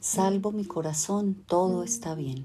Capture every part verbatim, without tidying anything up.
Salvo mi corazón, todo está bien.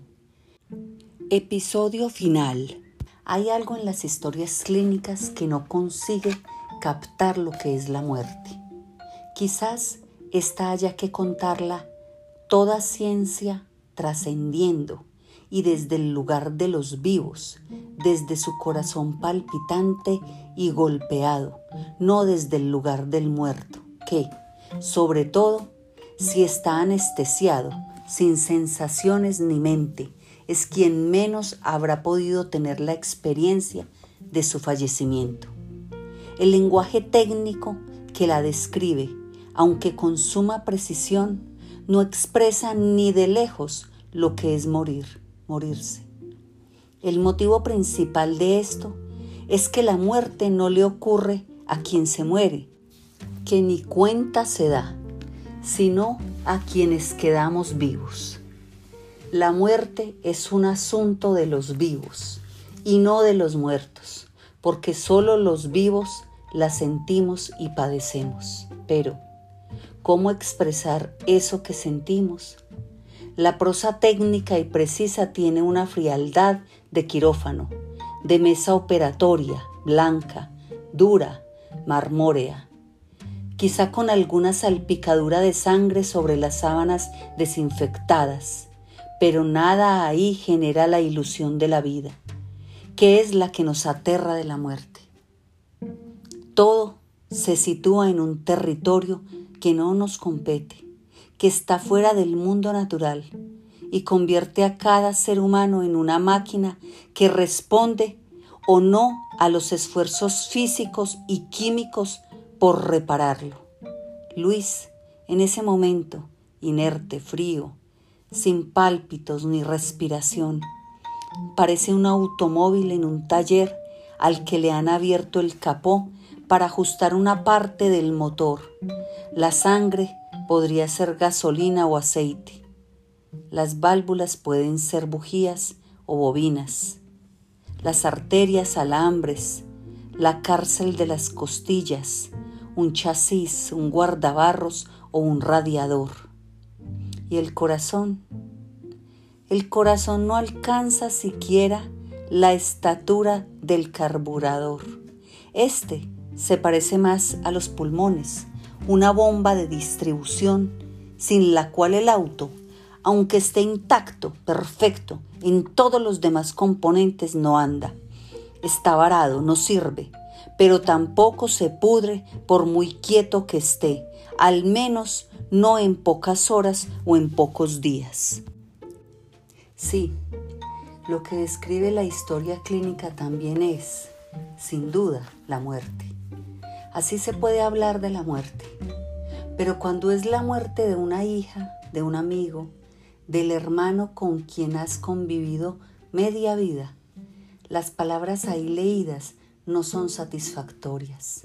Episodio final. Hay algo en las historias clínicas que no consigue captar lo que es la muerte. Quizás esta haya que contarla toda ciencia trascendiendo y desde el lugar de los vivos, desde su corazón palpitante y golpeado, no desde el lugar del muerto, que, sobre todo, si está anestesiado, sin sensaciones ni mente, es quien menos habrá podido tener la experiencia de su fallecimiento. El lenguaje técnico que la describe, aunque con suma precisión, no expresa ni de lejos lo que es morir, morirse. El motivo principal de esto es que la muerte no le ocurre a quien se muere, que ni cuenta se da, sino a quienes quedamos vivos. La muerte es un asunto de los vivos y no de los muertos, porque solo los vivos la sentimos y padecemos. Pero, ¿cómo expresar eso que sentimos? La prosa técnica y precisa tiene una frialdad de quirófano, de mesa operatoria, blanca, dura, marmórea, quizá con alguna salpicadura de sangre sobre las sábanas desinfectadas, pero nada ahí genera la ilusión de la vida, que es la que nos aterra de la muerte. Todo se sitúa en un territorio que no nos compete, que está fuera del mundo natural y convierte a cada ser humano en una máquina que responde o no a los esfuerzos físicos y químicos por repararlo. Luis, en ese momento, inerte, frío, sin pálpitos ni respiración, parece un automóvil en un taller al que le han abierto el capó para ajustar una parte del motor. La sangre podría ser gasolina o aceite. Las válvulas pueden ser bujías o bobinas. Las arterias, alambres. La cárcel de las costillas. Un chasis, un guardabarros o un radiador. ¿Y el corazón? El corazón no alcanza siquiera la estatura del carburador. Este se parece más a los pulmones, una bomba de distribución sin la cual el auto, aunque esté intacto, perfecto, en todos los demás componentes no anda. Está varado, no sirve, pero tampoco se pudre por muy quieto que esté, al menos no en pocas horas o en pocos días. Sí, lo que describe la historia clínica también es, sin duda, la muerte. Así se puede hablar de la muerte, pero cuando es la muerte de una hija, de un amigo, del hermano con quien has convivido media vida, las palabras ahí leídas no son satisfactorias.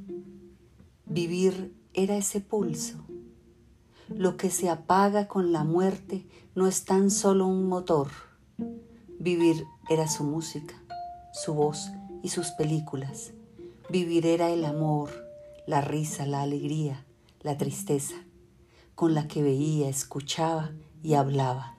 Vivir era ese pulso. Lo que se apaga con la muerte no es tan solo un motor. Vivir era su música, su voz y sus películas. Vivir era el amor, la risa, la alegría, la tristeza, con la que veía, escuchaba y hablaba.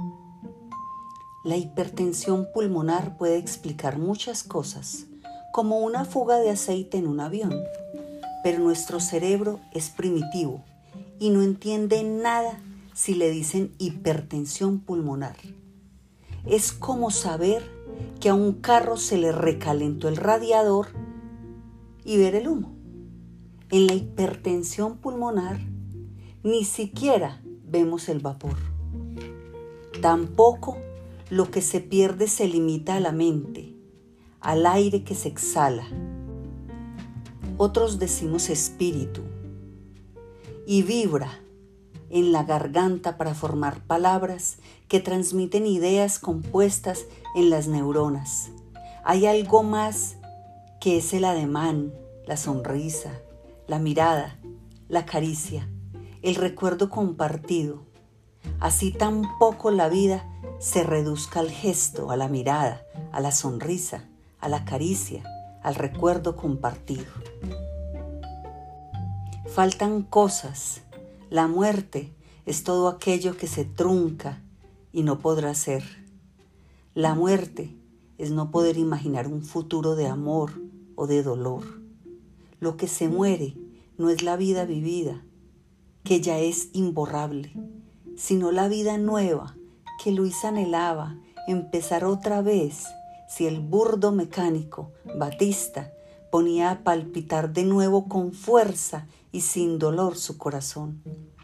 La hipertensión pulmonar puede explicar muchas cosas, como una fuga de aceite en un avión, pero nuestro cerebro es primitivo y no entiende nada si le dicen hipertensión pulmonar. Es como saber que a un carro se le recalentó el radiador y ver el humo. En la hipertensión pulmonar ni siquiera vemos el vapor. Tampoco lo que se pierde se limita a la mente, al aire que se exhala. Otros decimos espíritu y vibra en la garganta para formar palabras que transmiten ideas compuestas en las neuronas. Hay algo más que es el ademán, la sonrisa, la mirada, la caricia, el recuerdo compartido. Así tampoco la vida se reduzca al gesto, a la mirada, a la sonrisa, a la caricia, al recuerdo compartido. Faltan cosas. La muerte es todo aquello que se trunca y no podrá ser. La muerte es no poder imaginar un futuro de amor o de dolor. Lo que se muere no es la vida vivida, que ya es imborrable, sino la vida nueva que Luis anhelaba empezar otra vez si el burdo mecánico Batista ponía a palpitar de nuevo con fuerza y sin dolor su corazón.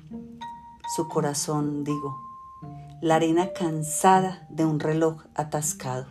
Su corazón, digo, la arena cansada de un reloj atascado.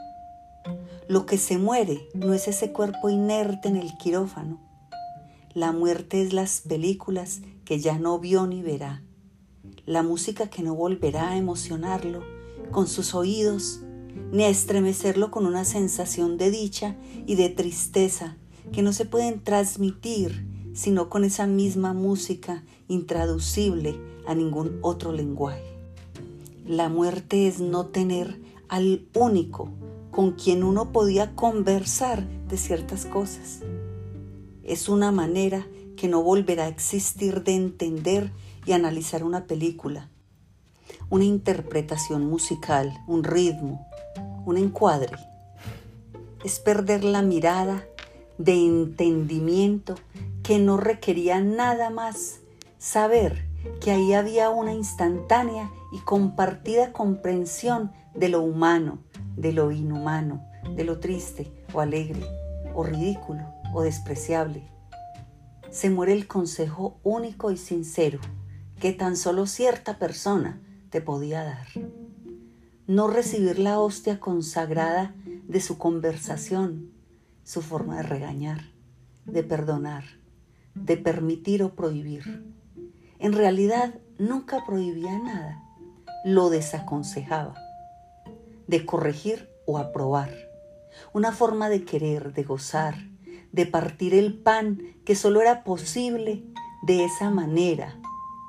Lo que se muere no es ese cuerpo inerte en el quirófano. La muerte es las películas que ya no vio ni verá, la música que no volverá a emocionarlo con sus oídos, ni a estremecerlo con una sensación de dicha y de tristeza que no se pueden transmitir sino con esa misma música intraducible a ningún otro lenguaje. La muerte es no tener al único con quien uno podía conversar de ciertas cosas. Es una manera que no volverá a existir de entender y analizar una película, una interpretación musical, un ritmo, un encuadre. Es perder la mirada de entendimiento que no requería nada más saber que ahí había una instantánea y compartida comprensión de lo humano, de lo inhumano, de lo triste o alegre, o ridículo o despreciable. Se muere el consejo único y sincero que tan solo cierta persona te podía dar. No recibir la hostia consagrada de su conversación, su forma de regañar, de perdonar, de permitir o prohibir. En realidad nunca prohibía nada, lo desaconsejaba, de corregir o aprobar. Una forma de querer, de gozar, de partir el pan que solo era posible de esa manera,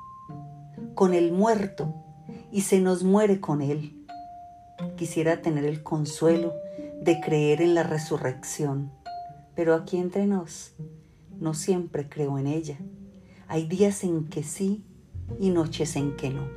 con el muerto, y se nos muere con él. Quisiera tener el consuelo de creer en la resurrección, pero aquí entre nos, no siempre creo en ella. Hay días en que sí y noches en que no.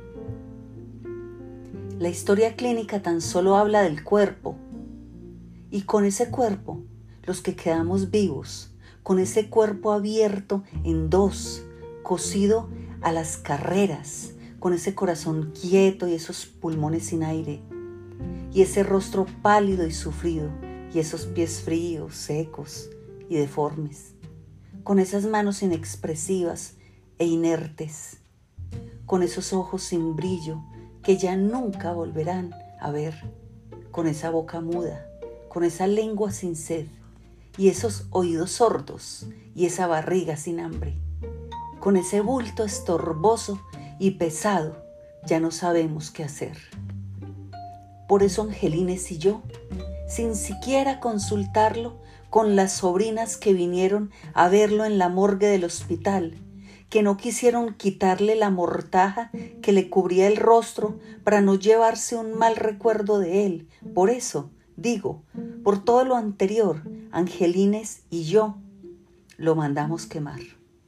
La historia clínica tan solo habla del cuerpo, y con ese cuerpo, los que quedamos vivos, con ese cuerpo abierto en dos, cosido a las carreras, con ese corazón quieto y esos pulmones sin aire, y ese rostro pálido y sufrido, y esos pies fríos, secos y deformes, con esas manos inexpresivas e inertes, con esos ojos sin brillo que ya nunca volverán a ver, con esa boca muda, con esa lengua sin sed, y esos oídos sordos, y esa barriga sin hambre, con ese bulto estorboso y pesado, ya no sabemos qué hacer. Por eso Angelines y yo, sin siquiera consultarlo con las sobrinas que vinieron a verlo en la morgue del hospital, que no quisieron quitarle la mortaja que le cubría el rostro para no llevarse un mal recuerdo de él. Por eso, digo, por todo lo anterior, Angelines y yo lo mandamos quemar.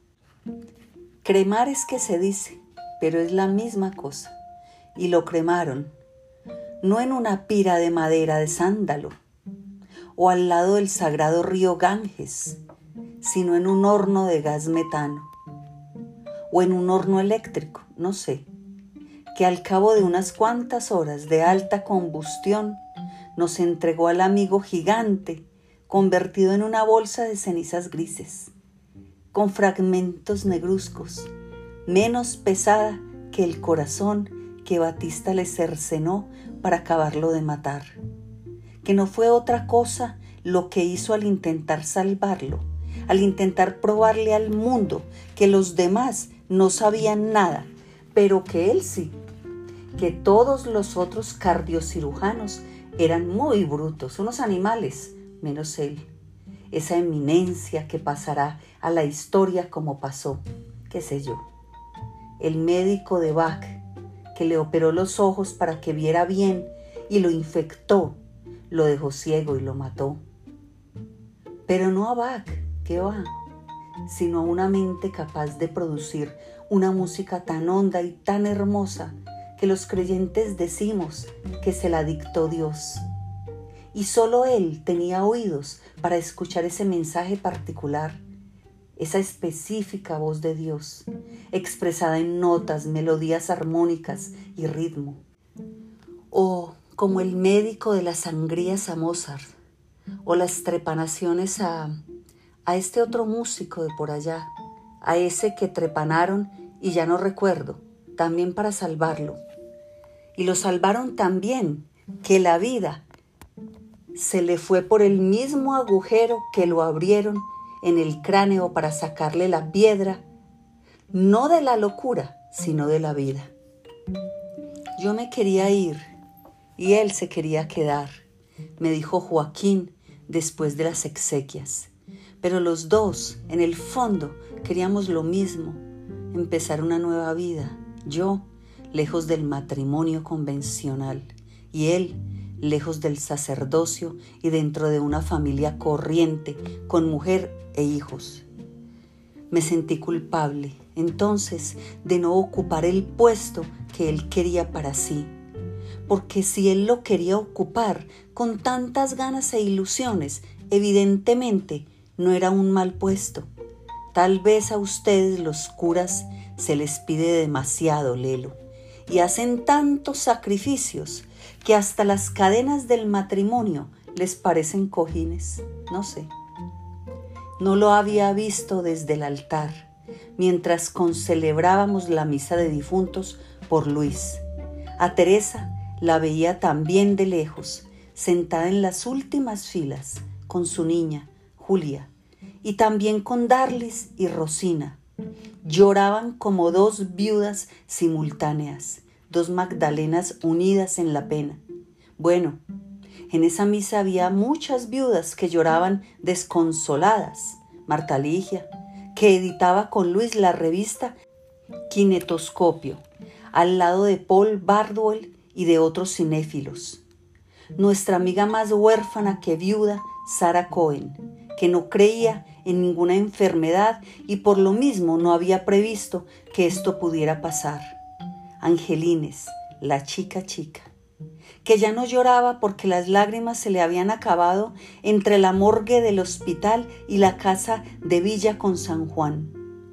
Cremar es que se dice, pero es la misma cosa. Y lo cremaron, no en una pira de madera de sándalo, o al lado del sagrado río Ganges, sino en un horno de gas metano, o en un horno eléctrico, no sé, que al cabo de unas cuantas horas de alta combustión nos entregó al amigo gigante, convertido en una bolsa de cenizas grises, con fragmentos negruzcos, menos pesada que el corazón que Batista le cercenó para acabarlo de matar, que no fue otra cosa lo que hizo al intentar salvarlo, al intentar probarle al mundo que los demás no sabían nada, pero que él sí, que todos los otros cardiocirujanos eran muy brutos, unos animales, menos él, esa eminencia que pasará a la historia como pasó, qué sé yo, el médico de Bach que le operó los ojos para que viera bien y lo infectó, lo dejó ciego y lo mató. Pero no a Bach, ¿qué va? sino a una mente capaz de producir una música tan honda y tan hermosa que los creyentes decimos que se la dictó Dios. Y solo Él tenía oídos para escuchar ese mensaje particular, esa específica voz de Dios, expresada en notas, melodías armónicas y ritmo. O como el médico de las sangrías a Mozart, o las trepanaciones a, a este otro músico de por allá, a ese que trepanaron y ya no recuerdo, también para salvarlo. Y lo salvaron también, que la vida se le fue por el mismo agujero que lo abrieron en el cráneo para sacarle la piedra, no de la locura, sino de la vida. Yo me quería ir y él se quería quedar, me dijo Joaquín después de las exequias. Pero los dos, en el fondo, queríamos lo mismo, empezar una nueva vida. Yo, lejos del matrimonio convencional, y él, lejos del sacerdocio y dentro de una familia corriente, con mujer e hijos. Me sentí culpable, entonces, de no ocupar el puesto que él quería para sí, porque si él lo quería ocupar con tantas ganas e ilusiones, evidentemente no era un mal puesto. Tal vez a ustedes los curas se les pide demasiado, Lelo, y hacen tantos sacrificios que hasta las cadenas del matrimonio les parecen cojines, no sé. No lo había visto desde el altar, mientras concelebrábamos la misa de difuntos por Luis. A Teresa la veía también de lejos, sentada en las últimas filas, con su niña, Julia, y también con Darlis y Rosina. Lloraban como dos viudas simultáneas, dos Magdalenas unidas en la pena. Bueno, en esa misa había muchas viudas que lloraban desconsoladas. Marta Ligia, que editaba con Luis la revista Kinetoscopio, al lado de Paul Bardwell y de otros cinéfilos. Nuestra amiga más huérfana que viuda, Sarah Cohen, que no creía en ninguna enfermedad y por lo mismo no había previsto que esto pudiera pasar. Angelines, la chica chica, que ya no lloraba porque las lágrimas se le habían acabado entre la morgue del hospital y la casa de Villa con San Juan.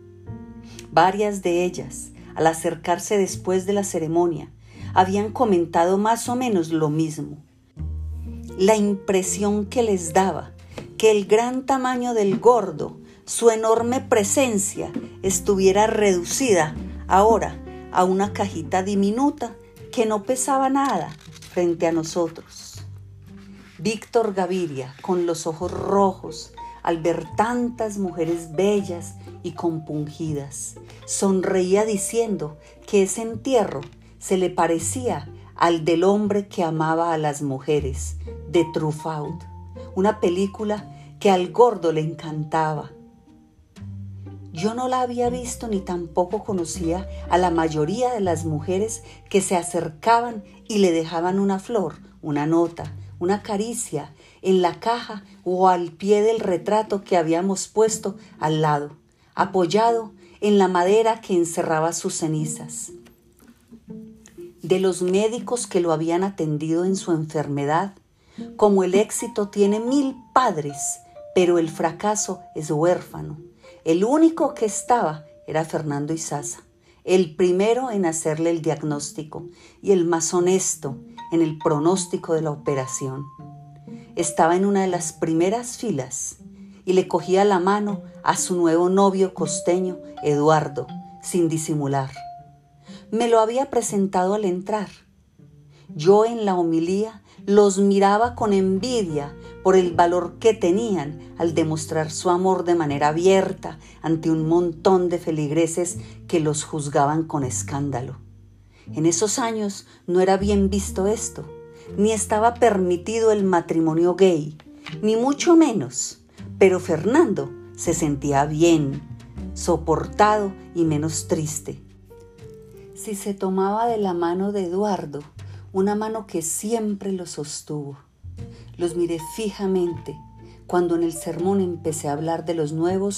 Varias de ellas, al acercarse después de la ceremonia, habían comentado más o menos lo mismo. La impresión que les daba que el gran tamaño del gordo, su enorme presencia, estuviera reducida ahora a una cajita diminuta que no pesaba nada frente a nosotros. Víctor Gaviria, con los ojos rojos, al ver tantas mujeres bellas y compungidas, sonreía diciendo que ese entierro se le parecía al del hombre que amaba a las mujeres, de Truffaut, una película que al gordo le encantaba. Yo no la había visto ni tampoco conocía a la mayoría de las mujeres que se acercaban y le dejaban una flor, una nota, una caricia en la caja o al pie del retrato que habíamos puesto al lado, apoyado en la madera que encerraba sus cenizas. De los médicos que lo habían atendido en su enfermedad, como el éxito tiene mil padres, pero el fracaso es huérfano. El único que estaba era Fernando Izaza, el primero en hacerle el diagnóstico y el más honesto en el pronóstico de la operación. Estaba en una de las primeras filas y le cogía la mano a su nuevo novio costeño, Eduardo, sin disimular. Me lo había presentado al entrar. Yo en la homilía los miraba con envidia por el valor que tenían al demostrar su amor de manera abierta ante un montón de feligreses que los juzgaban con escándalo. En esos años no era bien visto esto, ni estaba permitido el matrimonio gay, ni mucho menos, pero Fernando se sentía bien, soportado y menos triste. Si se tomaba de la mano de Eduardo, una mano que siempre lo sostuvo. Los miré fijamente cuando en el sermón empecé a hablar de los nuevos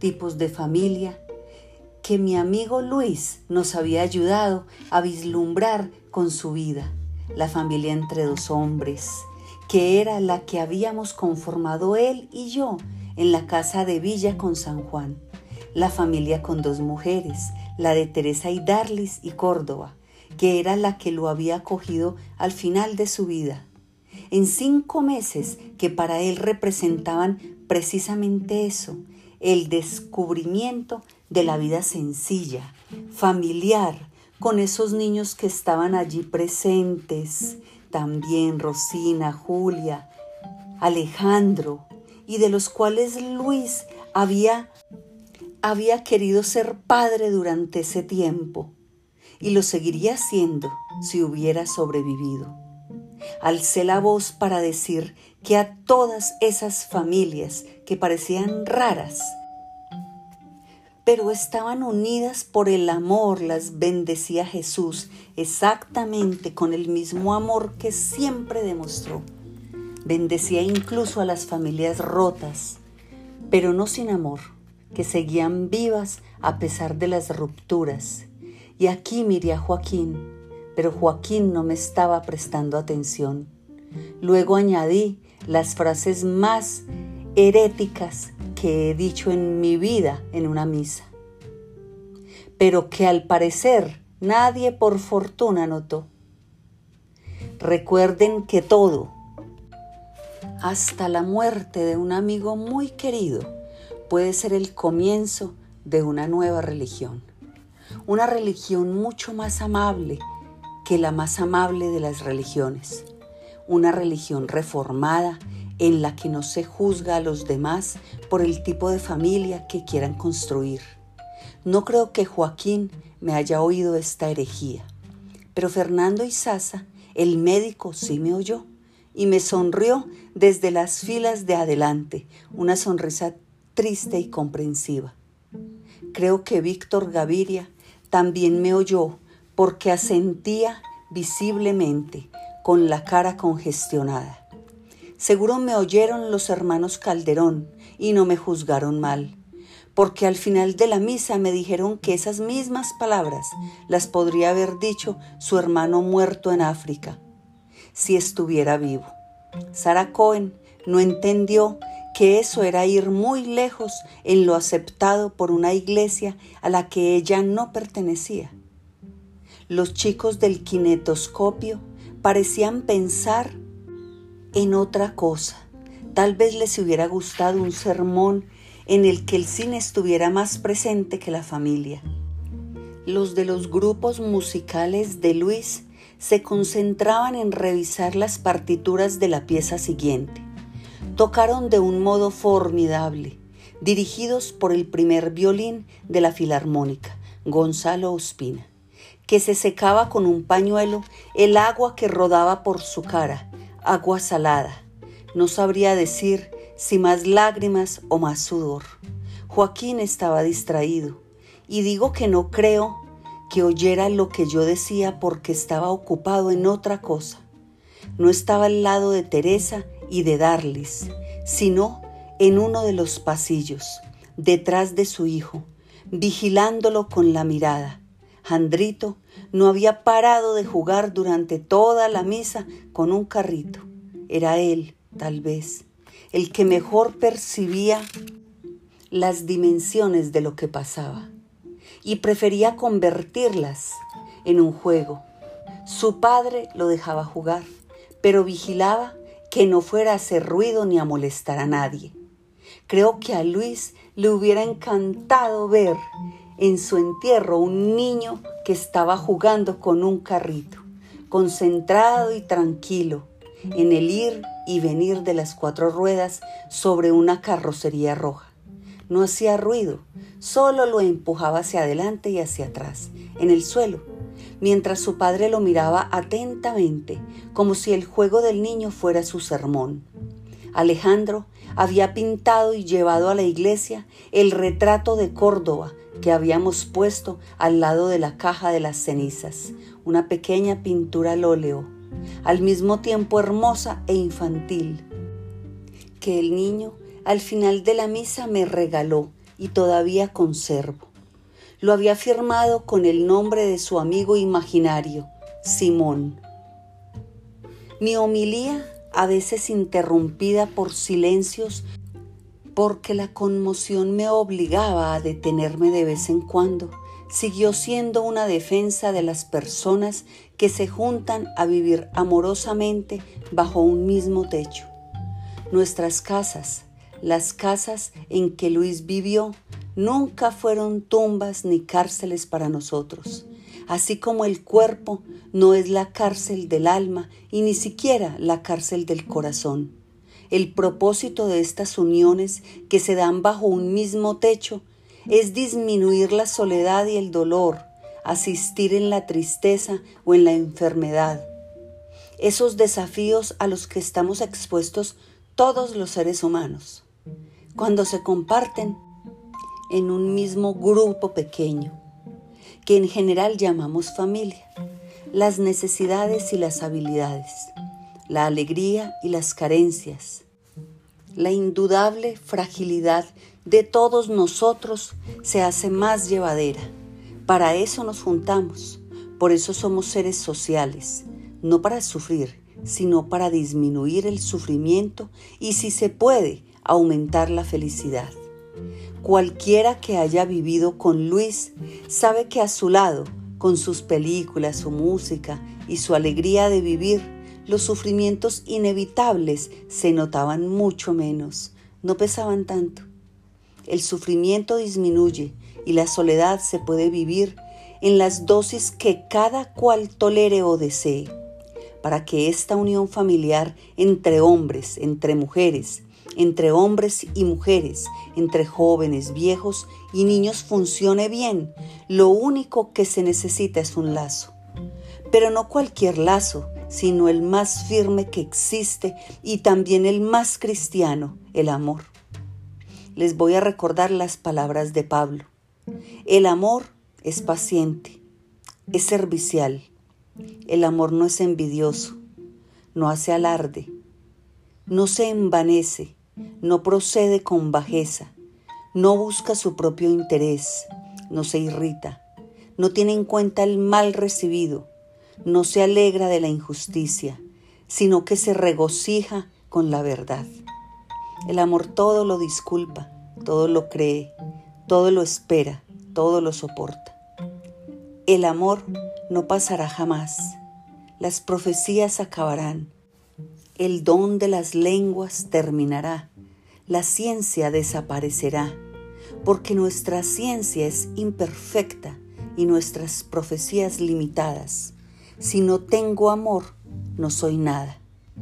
tipos de familia que mi amigo Luis nos había ayudado a vislumbrar con su vida. La familia entre dos hombres, que era la que habíamos conformado él y yo en la casa de Villa con San Juan. La familia con dos mujeres, la de Teresa y Darlis y Córdoba, que era la que lo había acogido al final de su vida. En cinco meses que para él representaban precisamente eso, el descubrimiento de la vida sencilla, familiar, con esos niños que estaban allí presentes, también Rosina, Julia, Alejandro, y de los cuales Luis había, había querido ser padre durante ese tiempo, y lo seguiría siendo si hubiera sobrevivido. Alcé la voz para decir que a todas esas familias que parecían raras, pero estaban unidas por el amor, las bendecía Jesús exactamente con el mismo amor que siempre demostró. Bendecía incluso a las familias rotas, pero no sin amor, que seguían vivas a pesar de las rupturas. Y aquí miré a Joaquín, pero Joaquín no me estaba prestando atención. Luego añadí las frases más heréticas que he dicho en mi vida en una misa, pero que al parecer nadie por fortuna notó. Recuerden que todo, hasta la muerte de un amigo muy querido, puede ser el comienzo de una nueva religión. Una religión mucho más amable que la más amable de las religiones. Una religión reformada en la que no se juzga a los demás por el tipo de familia que quieran construir. No creo que Joaquín me haya oído esta herejía, pero Fernando Izaza, el médico, sí me oyó y me sonrió desde las filas de adelante, una sonrisa triste y comprensiva. Creo que Víctor Gaviria también me oyó porque asentía visiblemente, con la cara congestionada. Seguro me oyeron los hermanos Calderón y no me juzgaron mal, porque al final de la misa me dijeron que esas mismas palabras las podría haber dicho su hermano muerto en África, si estuviera vivo. Sarah Cohen no entendió que eso era ir muy lejos en lo aceptado por una iglesia a la que ella no pertenecía. Los chicos del kinetoscopio parecían pensar en otra cosa. Tal vez les hubiera gustado un sermón en el que el cine estuviera más presente que la familia. Los de los grupos musicales de Luis se concentraban en revisar las partituras de la pieza siguiente. Tocaron de un modo formidable, dirigidos por el primer violín de la Filarmónica, Gonzalo Ospina, que se secaba con un pañuelo el agua que rodaba por su cara, agua salada. No sabría decir si más lágrimas o más sudor. Joaquín estaba distraído, y digo que no creo que oyera lo que yo decía porque estaba ocupado en otra cosa. No estaba al lado de Teresa y de Darlis, sino en uno de los pasillos, detrás de su hijo, vigilándolo con la mirada. Jandrito no había parado de jugar durante toda la misa con un carrito. Era él, tal vez, el que mejor percibía las dimensiones de lo que pasaba y prefería convertirlas en un juego. Su padre lo dejaba jugar, pero vigilaba que no fuera a hacer ruido ni a molestar a nadie. Creo que a Luis le hubiera encantado ver en su entierro un niño que estaba jugando con un carrito, concentrado y tranquilo en el ir y venir de las cuatro ruedas sobre una carrocería roja. No hacía ruido, solo lo empujaba hacia adelante y hacia atrás, en el suelo, mientras su padre lo miraba atentamente, como si el juego del niño fuera su sermón. Alejandro había pintado y llevado a la iglesia el retrato de Córdoba que habíamos puesto al lado de la caja de las cenizas, una pequeña pintura al óleo, al mismo tiempo hermosa e infantil, que el niño al final de la misa me regaló y todavía conservo. Lo había firmado con el nombre de su amigo imaginario, Simón. Mi homilía, a veces interrumpida por silencios, porque la conmoción me obligaba a detenerme de vez en cuando, siguió siendo una defensa de las personas que se juntan a vivir amorosamente bajo un mismo techo. Nuestras casas, las casas en que Luis vivió, nunca fueron tumbas ni cárceles para nosotros, así como el cuerpo no es la cárcel del alma y ni siquiera la cárcel del corazón. El propósito de estas uniones que se dan bajo un mismo techo es disminuir la soledad y el dolor, asistir en la tristeza o en la enfermedad. Esos desafíos a los que estamos expuestos todos los seres humanos, cuando se comparten en un mismo grupo pequeño, que en general llamamos familia, las necesidades y las habilidades, la alegría y las carencias, la indudable fragilidad de todos nosotros se hace más llevadera. Para eso nos juntamos, por eso somos seres sociales, no para sufrir, sino para disminuir el sufrimiento y, si se puede, aumentar la felicidad. Cualquiera que haya vivido con Luis sabe que a su lado, con sus películas, su música y su alegría de vivir, los sufrimientos inevitables se notaban mucho menos, no pesaban tanto. El sufrimiento disminuye y la soledad se puede vivir en las dosis que cada cual tolere o desee, para que esta unión familiar entre hombres, entre mujeres, entre hombres y mujeres, entre jóvenes, viejos y niños funcione bien. Lo único que se necesita es un lazo, pero no cualquier lazo, sino el más firme que existe y también el más cristiano, el amor. Les voy a recordar las palabras de Pablo. El amor es paciente, es servicial. El amor no es envidioso, no hace alarde, no se envanece, no procede con bajeza, no busca su propio interés, no se irrita, no tiene en cuenta el mal recibido, no se alegra de la injusticia, sino que se regocija con la verdad. El amor todo lo disculpa, todo lo cree, todo lo espera, todo lo soporta. El amor no pasará jamás. Las profecías acabarán. El don de las lenguas terminará. La ciencia desaparecerá, porque nuestra ciencia es imperfecta y nuestras profecías limitadas. Si no tengo amor, no soy nada.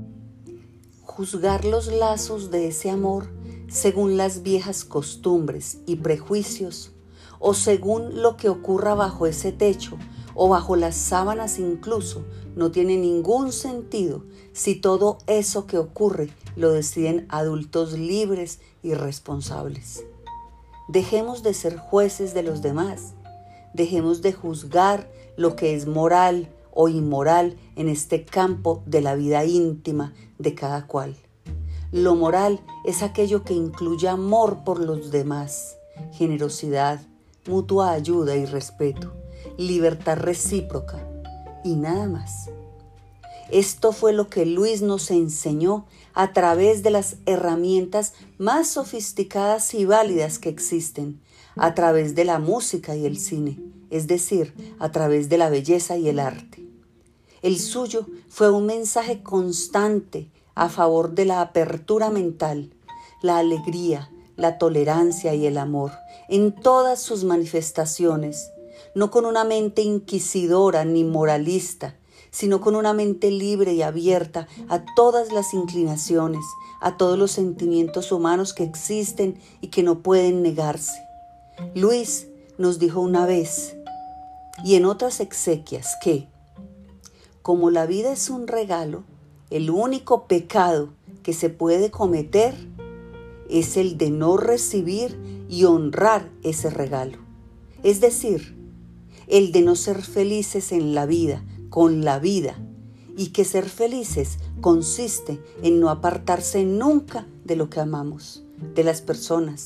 Juzgar los lazos de ese amor según las viejas costumbres y prejuicios, o según lo que ocurra bajo ese techo, o bajo las sábanas incluso, no tiene ningún sentido si todo eso que ocurre lo deciden adultos libres y responsables. Dejemos de ser jueces de los demás, dejemos de juzgar lo que es moral o inmoral en este campo de la vida íntima de cada cual. Lo moral es aquello que incluye amor por los demás, generosidad, mutua ayuda y respeto, libertad recíproca y nada más. Esto fue lo que Luis nos enseñó a través de las herramientas más sofisticadas y válidas que existen, a través de la música y el cine, es decir, a través de la belleza y el arte. El suyo fue un mensaje constante a favor de la apertura mental, la alegría, la tolerancia y el amor en todas sus manifestaciones, no con una mente inquisidora ni moralista, sino con una mente libre y abierta a todas las inclinaciones, a todos los sentimientos humanos que existen y que no pueden negarse. Luis nos dijo una vez y en otras exequias que, como la vida es un regalo, el único pecado que se puede cometer es el de no recibir y honrar ese regalo. Es decir, el de no ser felices en la vida, con la vida, y que ser felices consiste en no apartarse nunca de lo que amamos, de las personas,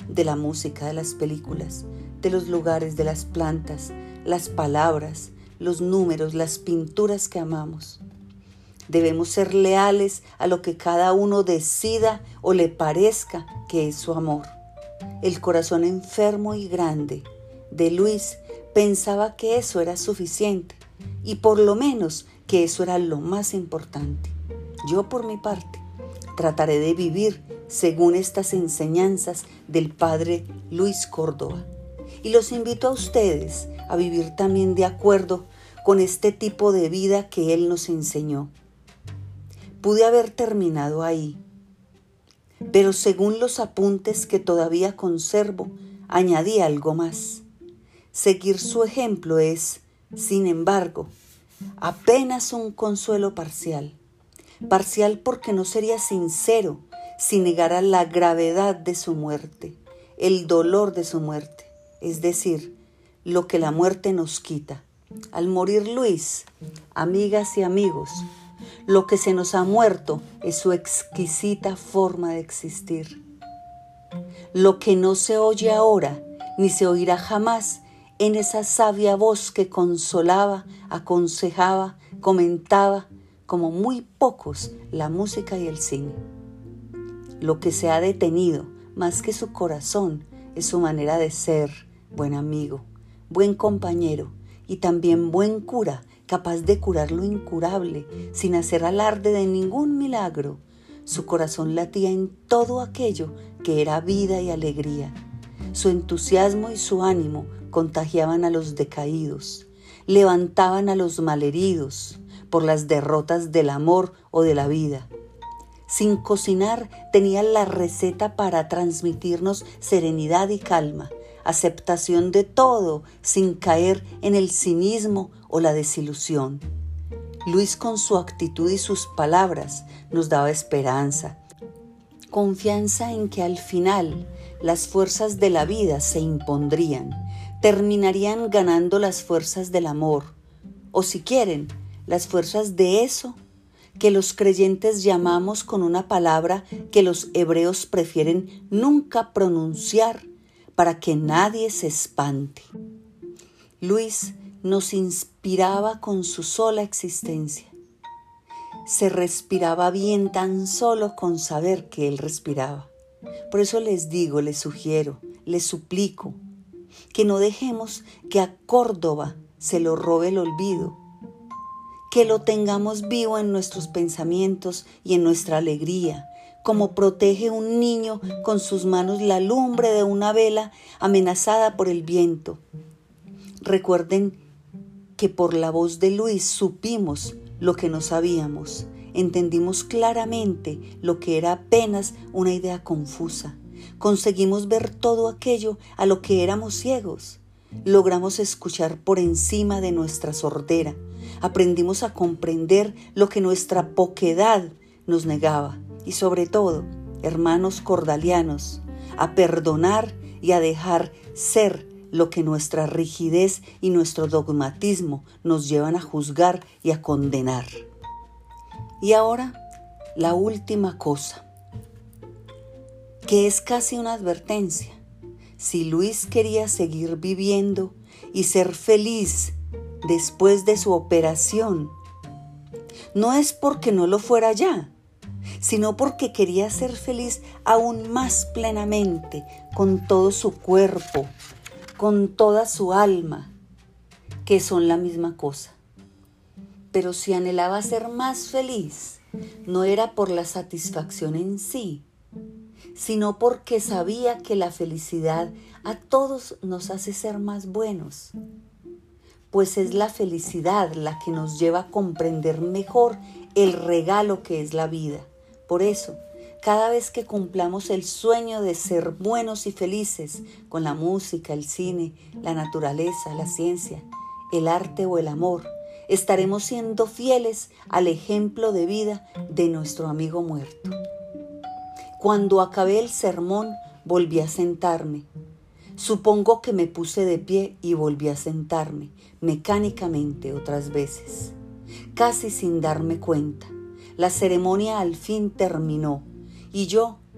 de la música, de las películas, de los lugares, de las plantas, las palabras, los números, las pinturas que amamos. Debemos ser leales a lo que cada uno decida o le parezca que es su amor. El corazón enfermo y grande de Luis pensaba que eso era suficiente y por lo menos que eso era lo más importante. Yo por mi parte trataré de vivir según estas enseñanzas del padre Luis Córdoba y los invito a ustedes a vivir también de acuerdo con este tipo de vida que él nos enseñó. Pude haber terminado ahí, pero según los apuntes que todavía conservo, añadí algo más. Seguir su ejemplo es, sin embargo, apenas un consuelo parcial. Parcial porque no sería sincero si negara la gravedad de su muerte, el dolor de su muerte, es decir, lo que la muerte nos quita. Al morir Luis, amigas y amigos, lo que se nos ha muerto es su exquisita forma de existir. Lo que no se oye ahora, ni se oirá jamás en esa sabia voz que consolaba, aconsejaba, comentaba, como muy pocos, la música y el cine. Lo que se ha detenido, más que su corazón, es su manera de ser, buen amigo, buen compañero y también buen cura, capaz de curar lo incurable, sin hacer alarde de ningún milagro. Su corazón latía en todo aquello que era vida y alegría. Su entusiasmo y su ánimo contagiaban a los decaídos, levantaban a los malheridos por las derrotas del amor o de la vida. Sin cocinar, tenía la receta para transmitirnos serenidad y calma, aceptación de todo sin caer en el cinismo o la desilusión. Luis, con su actitud y sus palabras, nos daba esperanza, confianza en que al final las fuerzas de la vida se impondrían, terminarían ganando las fuerzas del amor, o si quieren, las fuerzas de eso que los creyentes llamamos con una palabra que los hebreos prefieren nunca pronunciar para que nadie se espante. Luis nos inspiraba con su sola existencia. Se respiraba bien tan solo con saber que él respiraba. Por eso les digo, les sugiero, les suplico, que no dejemos que a Córdoba se lo robe el olvido, que lo tengamos vivo en nuestros pensamientos y en nuestra alegría, como protege un niño con sus manos la lumbre de una vela amenazada por el viento. Recuerden que por la voz de Luis supimos lo que no sabíamos, entendimos claramente lo que era apenas una idea confusa, conseguimos ver todo aquello a lo que éramos ciegos, logramos escuchar por encima de nuestra sordera, aprendimos a comprender lo que nuestra poquedad nos negaba y sobre todo, hermanos cordalianos, a perdonar y a dejar ser lo que nuestra rigidez y nuestro dogmatismo nos llevan a juzgar y a condenar. Y ahora, la última cosa, que es casi una advertencia. Si Luis quería seguir viviendo y ser feliz después de su operación, no es porque no lo fuera ya, sino porque quería ser feliz aún más plenamente, con todo su cuerpo, con toda su alma, que son la misma cosa. Pero si anhelaba ser más feliz, no era por la satisfacción en sí, sino porque sabía que la felicidad a todos nos hace ser más buenos, pues es la felicidad la que nos lleva a comprender mejor el regalo que es la vida. Por eso, cada vez que cumplamos el sueño de ser buenos y felices con la música, el cine, la naturaleza, la ciencia, el arte o el amor, estaremos siendo fieles al ejemplo de vida de nuestro amigo muerto. Cuando acabé el sermón, volví a sentarme. Supongo que me puse de pie y volví a sentarme, mecánicamente otras veces, casi sin darme cuenta. La ceremonia al fin terminó y yo,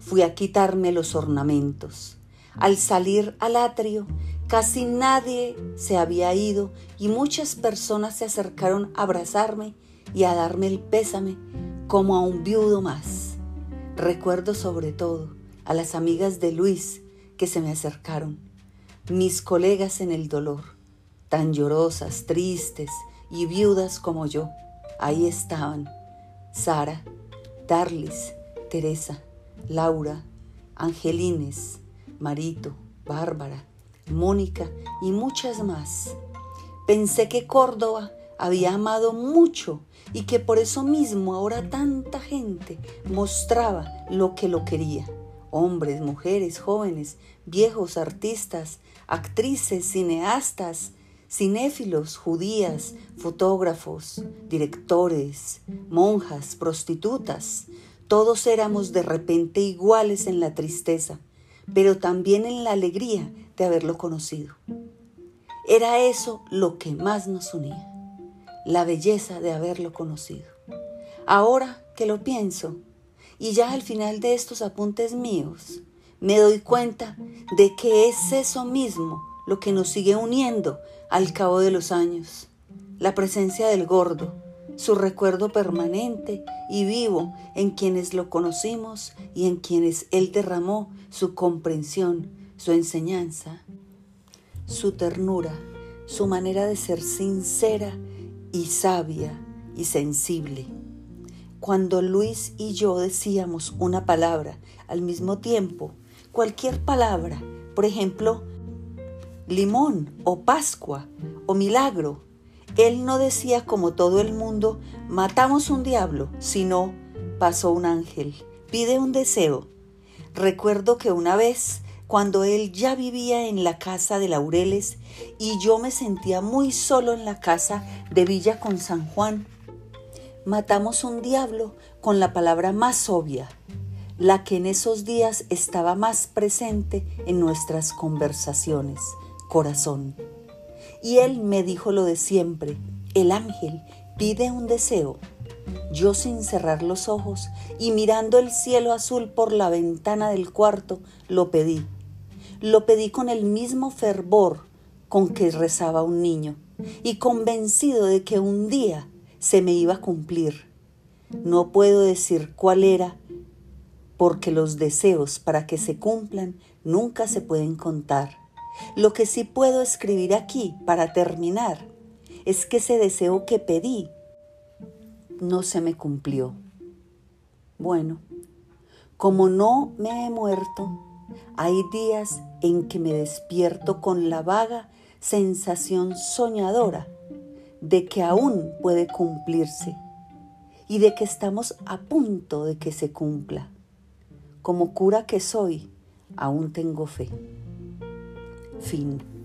fui a quitarme los ornamentos. Al salir al atrio, casi nadie se había ido y muchas personas se acercaron a abrazarme y a darme el pésame como a un viudo más. Recuerdo sobre todo a las amigas de Luis que se me acercaron, mis colegas en el dolor, tan llorosas, tristes y viudas como yo. Ahí estaban Sara, Darlis, Teresa, Laura, Angelines, Marito, Bárbara, Mónica y muchas más. Pensé que Córdoba había amado mucho y que por eso mismo ahora tanta gente mostraba lo que lo quería. Hombres, mujeres, jóvenes, viejos, artistas, actrices, cineastas, cinéfilos, judías, fotógrafos, directores, monjas, prostitutas. Todos éramos de repente iguales en la tristeza, pero también en la alegría de haberlo conocido. Era eso lo que más nos unía, la belleza de haberlo conocido. Ahora que lo pienso, y ya al final de estos apuntes míos, me doy cuenta de que es eso mismo lo que nos sigue uniendo al cabo de los años. La presencia del gordo, su recuerdo permanente y vivo en quienes lo conocimos y en quienes él derramó su comprensión, su enseñanza, su ternura, su manera de ser sincera y sabia y sensible. Cuando Luis y yo decíamos una palabra al mismo tiempo, cualquier palabra, por ejemplo, limón o Pascua o milagro, él no decía como todo el mundo, matamos un diablo, sino pasó un ángel, pide un deseo. Recuerdo que una vez, cuando él ya vivía en la casa de Laureles y yo me sentía muy solo en la casa de Villa con San Juan, matamos un diablo con la palabra más obvia, la que en esos días estaba más presente en nuestras conversaciones, corazón. Y él me dijo lo de siempre, el ángel pide un deseo. Yo sin cerrar los ojos y mirando el cielo azul por la ventana del cuarto, lo pedí. Lo pedí con el mismo fervor con que rezaba un niño y convencido de que un día se me iba a cumplir. No puedo decir cuál era, porque los deseos para que se cumplan nunca se pueden contar. Lo que sí puedo escribir aquí para terminar es que ese deseo que pedí no se me cumplió. Bueno, como no me he muerto, hay días en que me despierto con la vaga sensación soñadora de que aún puede cumplirse y de que estamos a punto de que se cumpla. Como cura que soy, aún tengo fe. Fin.